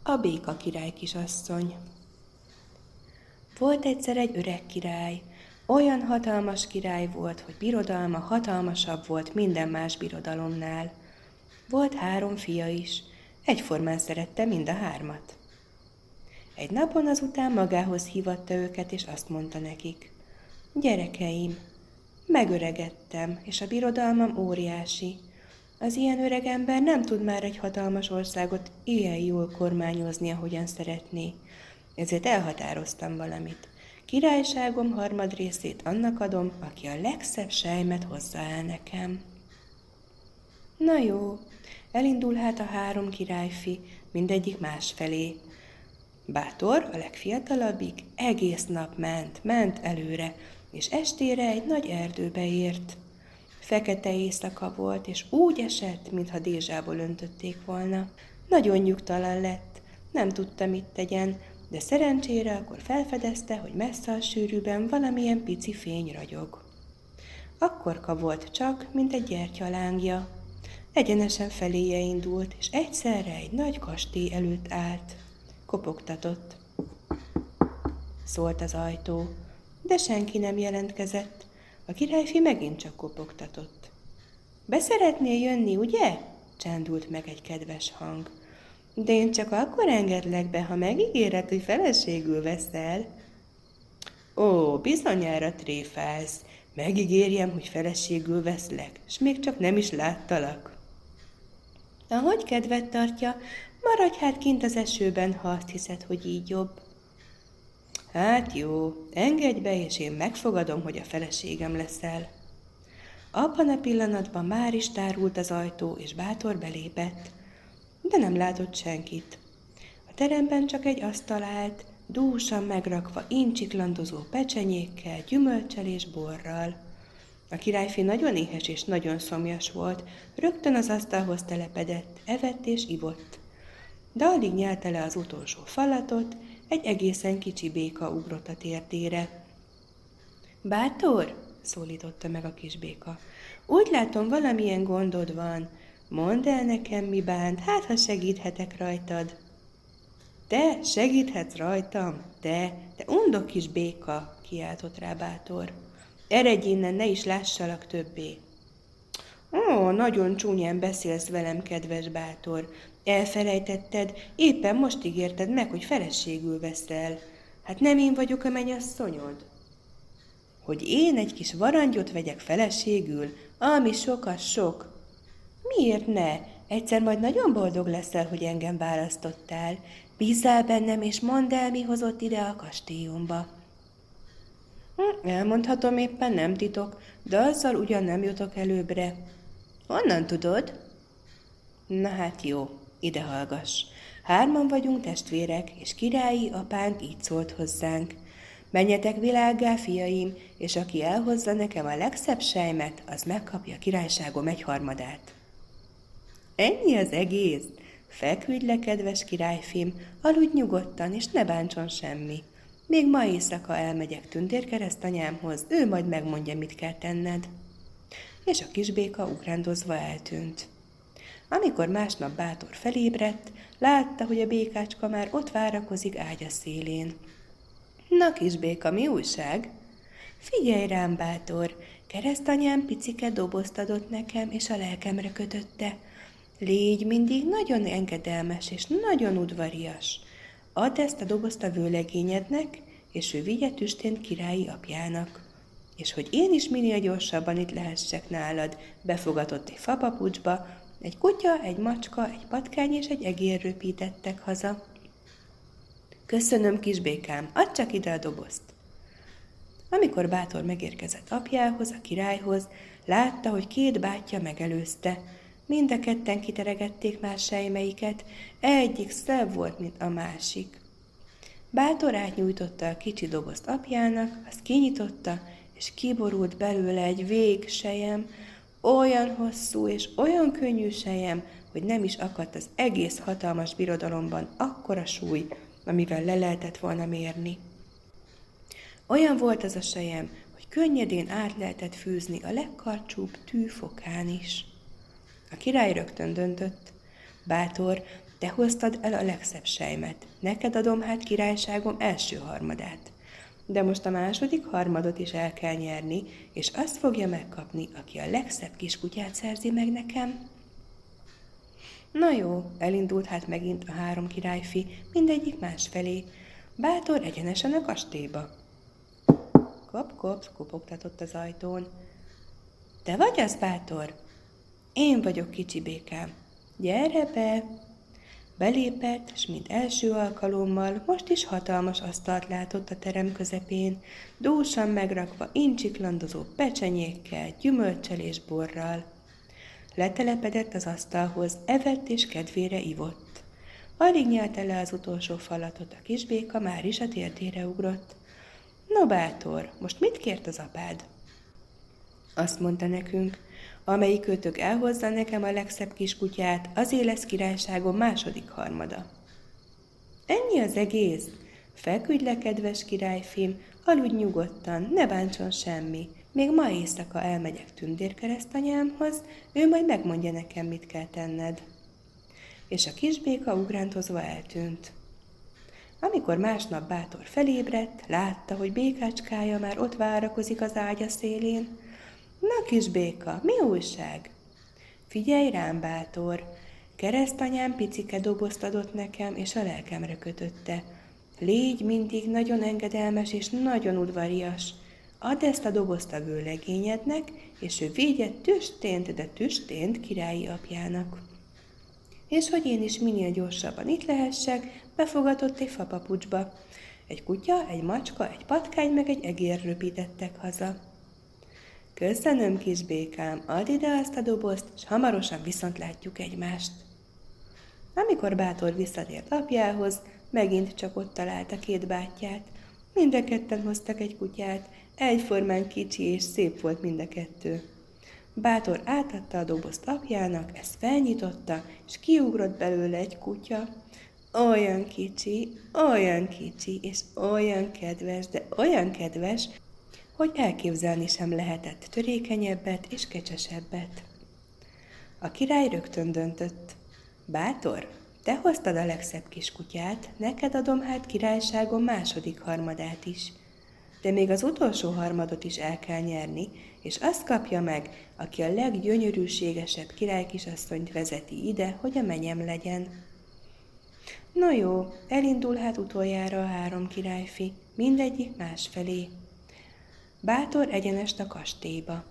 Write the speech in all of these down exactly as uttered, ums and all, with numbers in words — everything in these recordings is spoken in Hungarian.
A béka király kisasszony. Volt egyszer egy öreg király. Olyan hatalmas király volt, hogy birodalma hatalmasabb volt minden más birodalomnál. Volt három fia is, egyformán szerette mind a hármat. Egy napon azután magához hívatta őket, és azt mondta nekik: Gyerekeim, megöregedtem, és a birodalmam óriási. Az ilyen öreg ember nem tud már egy hatalmas országot ilyen jól kormányozni, ahogyan szeretné. Ezért elhatároztam valamit. Királyságom harmadrészét annak adom, aki a legszebb selymet hozza el nekem. Na jó, elindul hát a három királyfi, mindegyik másfelé. Bátor, a legfiatalabbik, egész nap ment, ment előre, és estére egy nagy erdőbe ért. Fekete éjszaka volt, és úgy esett, mintha dézsából öntötték volna. Nagyon nyugtalan lett, nem tudta, mit tegyen, de szerencsére akkor felfedezte, hogy messze a sűrűben valamilyen pici fény ragyog. Akkorka volt csak, mint egy gyertyalángja. Egyenesen feléje indult, és egyszerre egy nagy kastély előtt állt. Kopogtatott. Szólt az ajtó, de senki nem jelentkezett. A királyfi megint csak kopogtatott. Be szeretnél jönni, ugye? Csándult meg egy kedves hang. De én csak akkor engedlek be, ha megígéred, hogy feleségül veszel. Ó, bizonyára tréfálsz. Megígérjem, hogy feleségül veszlek, s még csak nem is láttalak. Ahogy kedvet tartja, maradj hát kint az esőben, ha azt hiszed, hogy így jobb. Hát jó, engedj be, és én megfogadom, hogy a feleségem leszel. Abban a pillanatban már is tárult az ajtó, és Bátor belépett, de nem látott senkit. A teremben csak egy asztal állt, dúsan megrakva incsiklandozó pecsenyékkel, gyümölccsel és borral. A királyfi nagyon éhes és nagyon szomjas volt, rögtön az asztalhoz telepedett, evett és ivott. De alig nyelte le az utolsó falatot, egy egészen kicsi béka ugrott a térdére. Bátor, szólította meg a kis béka, úgy látom, valamilyen gondod van. Mondd el nekem, mi bánt, hát ha segíthetek rajtad. Te segíthetsz rajtam? Te, te undok kis béka, kiáltott rá Bátor. Eredj innen, ne is lássalak többé. Ó, nagyon csúnyán beszélsz velem, kedves Bátor. Elfelejtetted, éppen most ígérted meg, hogy feleségül veszel. Hát nem én vagyok a mennyasszonyod? Hogy én egy kis varangyot vegyek feleségül, ami sok, az sok. Miért ne? Egyszer majd nagyon boldog leszel, hogy engem választottál. Bízzál bennem, és mondd el, mi hozott ide a kastélyomba. Hm, elmondhatom, éppen nem titok, de azzal ugyan nem jutok előbbre. Honnan tudod? Na hát jó, ide hallgass. Hárman vagyunk testvérek, és királyi apánk így szólt hozzánk. Menjetek világgá, fiaim, és aki elhozza nekem a legszebb selymet, az megkapja királyságom egyharmadát. Ennyi az egész? Feküdj le, kedves királyfim, aludj nyugodtan, és ne bántson semmi. Még ma éjszaka elmegyek tündérkeresztanyámhoz, ő majd megmondja, mit kell tenned. És a kisbéka ugrándozva eltűnt. Amikor másnap Bátor felébredt, látta, hogy a békácska már ott várakozik ágya szélén. Na, kisbéka, mi újság? Figyelj rám, Bátor, keresztanyám picike dobozt adott nekem, és a lelkemre kötötte. Légy mindig nagyon engedelmes és nagyon udvarias. Add ezt a dobozt a vőlegényednek, és ő vigye tüstént királyi apjának. És hogy én is minél gyorsabban itt lehessek nálad, befogadott egy fapapucsba, egy kutya, egy macska, egy patkány és egy egér röpítettek haza. Köszönöm, kisbékám, add csak ide a dobozt. Amikor Bátor megérkezett apjához, a királyhoz, látta, hogy két bátyja megelőzte. Mind a ketten kiteregették már sejmeiket, egyik szebb volt, mint a másik. Bátor átnyújtotta a kicsi dobozt apjának, azt kinyitotta, és kiborult belőle egy végsejem, olyan hosszú és olyan könnyű sejem, hogy nem is akadt az egész hatalmas birodalomban akkora súly, amivel le lehetett volna mérni. Olyan volt az a sejem, hogy könnyedén át lehetett fűzni a legkarcsúbb tűfokán is. A király rögtön döntött. Bátor, te hoztad el a legszebb selymet, neked adom hát királyságom első harmadát. De most a második harmadot is el kell nyerni, és azt fogja megkapni, aki a legszebb kiskutyát szerzi meg nekem. Na jó, elindult hát megint a három királyfi, mindegyik másfelé, Bátor egyenesen a kastélyba. Kop-kop, kopogtatott az ajtón. Te vagy az, Bátor? Én vagyok, kicsi békám. Gyere be! Belépett, s mint első alkalommal most is hatalmas asztalt látott a terem közepén, dúsan megrakva incsiklandozó pecsenyékkel, gyümölccsel és borral. Letelepedett az asztalhoz, evett és kedvére ivott. Alig nyelte le az utolsó falatot, a kisbéka már is a térdére ugrott. No, Bátor, most mit kért az apád? Azt mondta nekünk, amelyik őtök elhozza nekem a legszebb kiskutyát, azé lesz királyságom második harmada. Ennyi az egész? Feküdj le, kedves királyfim, aludj nyugodtan, ne bántson semmi. Még ma éjszaka elmegyek tündérkeresztanyámhoz, ő majd megmondja nekem, mit kell tenned. És a kisbéka ugrántozva eltűnt. Amikor másnap Bátor felébredt, látta, hogy békácskája már ott várakozik az ágya szélén. Na, kisbéka, mi újság? Figyelj rám, Bátor! Keresztanyám picike dobozt adott nekem, és a lelkemre kötötte. Légy mindig nagyon engedelmes és nagyon udvarias. Add ezt a dobozt a vőlegényednek, és ő védje tüstént, de tüstént királyi apjának. És hogy én is minél gyorsabban itt lehessek, befogadott egy fapapucsba. Egy kutya, egy macska, egy patkány meg egy egér röpítettek haza. Köszönöm, kisbékám, add ide azt a dobozt, s hamarosan viszont látjuk egymást. Amikor Bátor visszatért apjához, megint csak ott találta két bátyját. Mind a ketten hoztak egy kutyát, egyformán kicsi és szép volt mind a kettő. Bátor átadta a dobozt apjának, ezt felnyitotta, és kiugrott belőle egy kutya. Olyan kicsi, olyan kicsi, és olyan kedves, de olyan kedves, hogy elképzelni sem lehetett törékenyebbet és kecsesebbet. A király rögtön döntött. Bátor, te hoztad a legszebb kiskutyát, neked adom hát királyságom második harmadát is. De még az utolsó harmadot is el kell nyerni, és azt kapja meg, aki a leggyönyörűségesebb királykisasszonyt vezeti ide, hogy a menyem legyen. No jó, elindul hát utoljára a három királyfi, mindegyik másfelé. Bátor egyenest a kastélyba.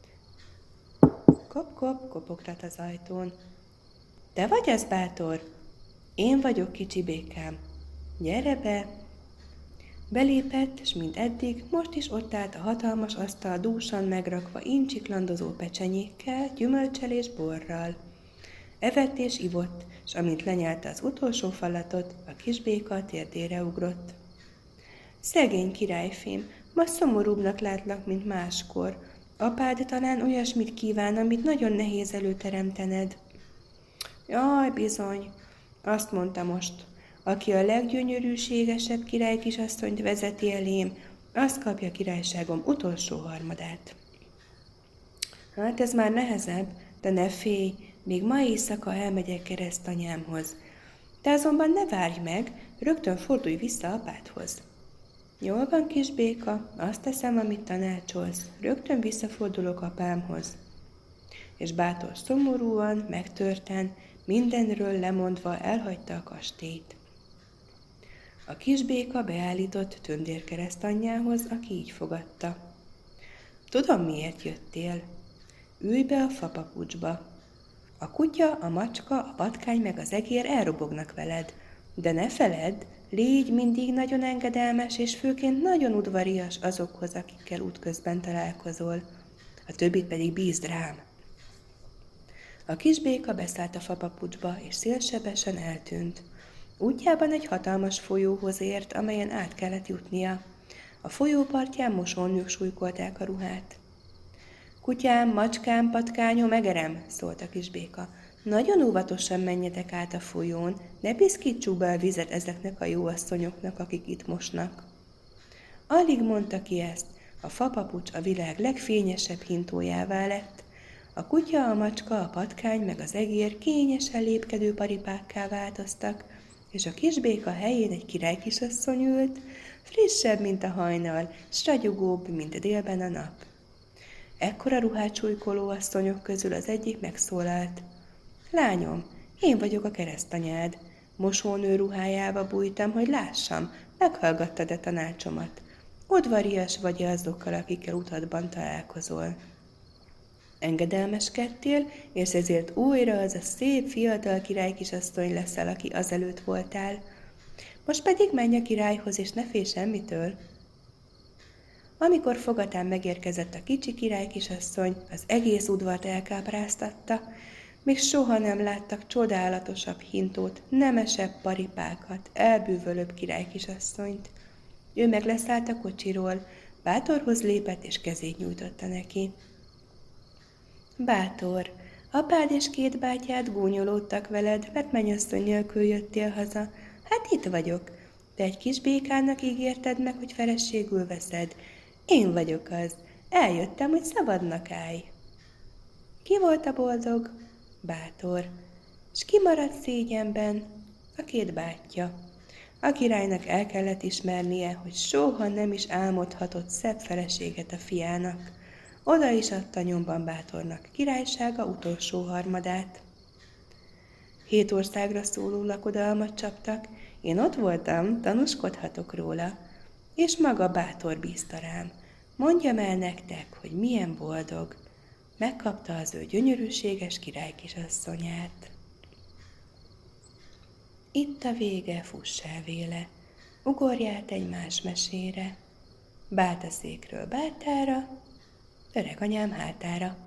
Kop-kop, kopogtat az ajtón. Te vagy az, Bátor? Én vagyok, kicsi békám. Gyere be! Belépett, s mint eddig, most is ott állt a hatalmas asztal dúsan megrakva incsiklandozó pecsenyékkel, gyümölccsel és borral. Evett és ivott, s amint lenyelte az utolsó falatot, a kisbéka a térdére ugrott. Szegény királyfém, ma szomorúbbnak látlak, mint máskor. Apád talán olyasmit kíván, amit nagyon nehéz előteremtened. Jaj, bizony, azt mondta most. Aki a leggyönyörűségesebb királykisasszonyt vezeti elém, az kapja királyságom utolsó harmadát. Hát ez már nehezebb, de ne félj, még ma éjszaka elmegyek keresztanyámhoz. Te azonban ne várj meg, rögtön fordulj vissza apádhoz. Jól van, kisbéka, azt teszem, amit tanácsolsz, rögtön visszafordulok apámhoz. És Bátor szomorúan, megtörten, mindenről lemondva elhagyta a kastélyt. A kisbéka beállított tündérkeresztanyjához, aki így fogadta. Tudom, miért jöttél. Ülj be a fapapucsba. A kutya, a macska, a patkány meg az egér elrobognak veled, de ne feledd, légy mindig nagyon engedelmes, és főként nagyon udvarias azokhoz, akikkel útközben találkozol. A többit pedig bízd rám. A kisbéka beszállt a fapapucsba, és szélsebesen eltűnt. Útjában egy hatalmas folyóhoz ért, amelyen át kellett jutnia. A folyó partján mosónők súlykolták a ruhát. Kutyám, macskám, patkányom, egerem, szólt a kisbéka. Nagyon óvatosan menjetek át a folyón, ne piszkítsuk be a vizet ezeknek a jó asszonyoknak, akik itt mosnak. Alig mondta ki ezt, a fapapucs a világ legfényesebb hintójává lett. A kutya, a macska, a patkány meg az egér kényesen lépkedő paripákká változtak, és a kisbéka helyén egy királykisasszony ült, frissebb, mint a hajnal, s ragyogóbb, mint délben a nap. Ekkor a ruhát súlykoló asszonyok közül az egyik megszólalt. Lányom, én vagyok a keresztanyád. Mosónő ruhájába bújtam, hogy lássam, meghallgattad-e tanácsomat. Udvarias vagy azokkal, akikkel utadban találkozol. Engedelmeskedtél, és ezért újra az a szép, fiatal királykisasszony leszel, aki azelőtt voltál. Most pedig menj a királyhoz, és ne félj semmitől. Amikor fogatán megérkezett a kicsi királykisasszony, az egész udvart elkápráztatta, még soha nem láttak csodálatosabb hintót, nemesebb paripákat, elbűvölőbb királykisasszonyt. Ő meg leszállt a kocsiról, Bátorhoz lépett, és kezét nyújtotta neki. Bátor, apád és két bátyád gúnyolódtak veled, mert mennyasszony nélkül jöttél haza. Hát itt vagyok. Te egy kis békának ígérted meg, hogy feleségül veszed. Én vagyok az. Eljöttem, hogy szabadnak állj. Ki volt a boldog? Bátor. S ki maradt szégyenben? A két bátyja. A királynak el kellett ismernie, hogy soha nem is álmodhatott szebb feleséget a fiának. Oda is adta nyomban Bátornak királysága utolsó harmadát. Hét országra szóló lakodalmat csaptak, én ott voltam, tanúskodhatok róla, és maga Bátor bízta rám. Mondjam el nektek, hogy milyen boldog. Megkapta az ő gyönyörűséges királykisasszonyát. Itt a vége, fuss el véle, ugorját egy más mesére, báltaszékről báltára, öreganyám hátára.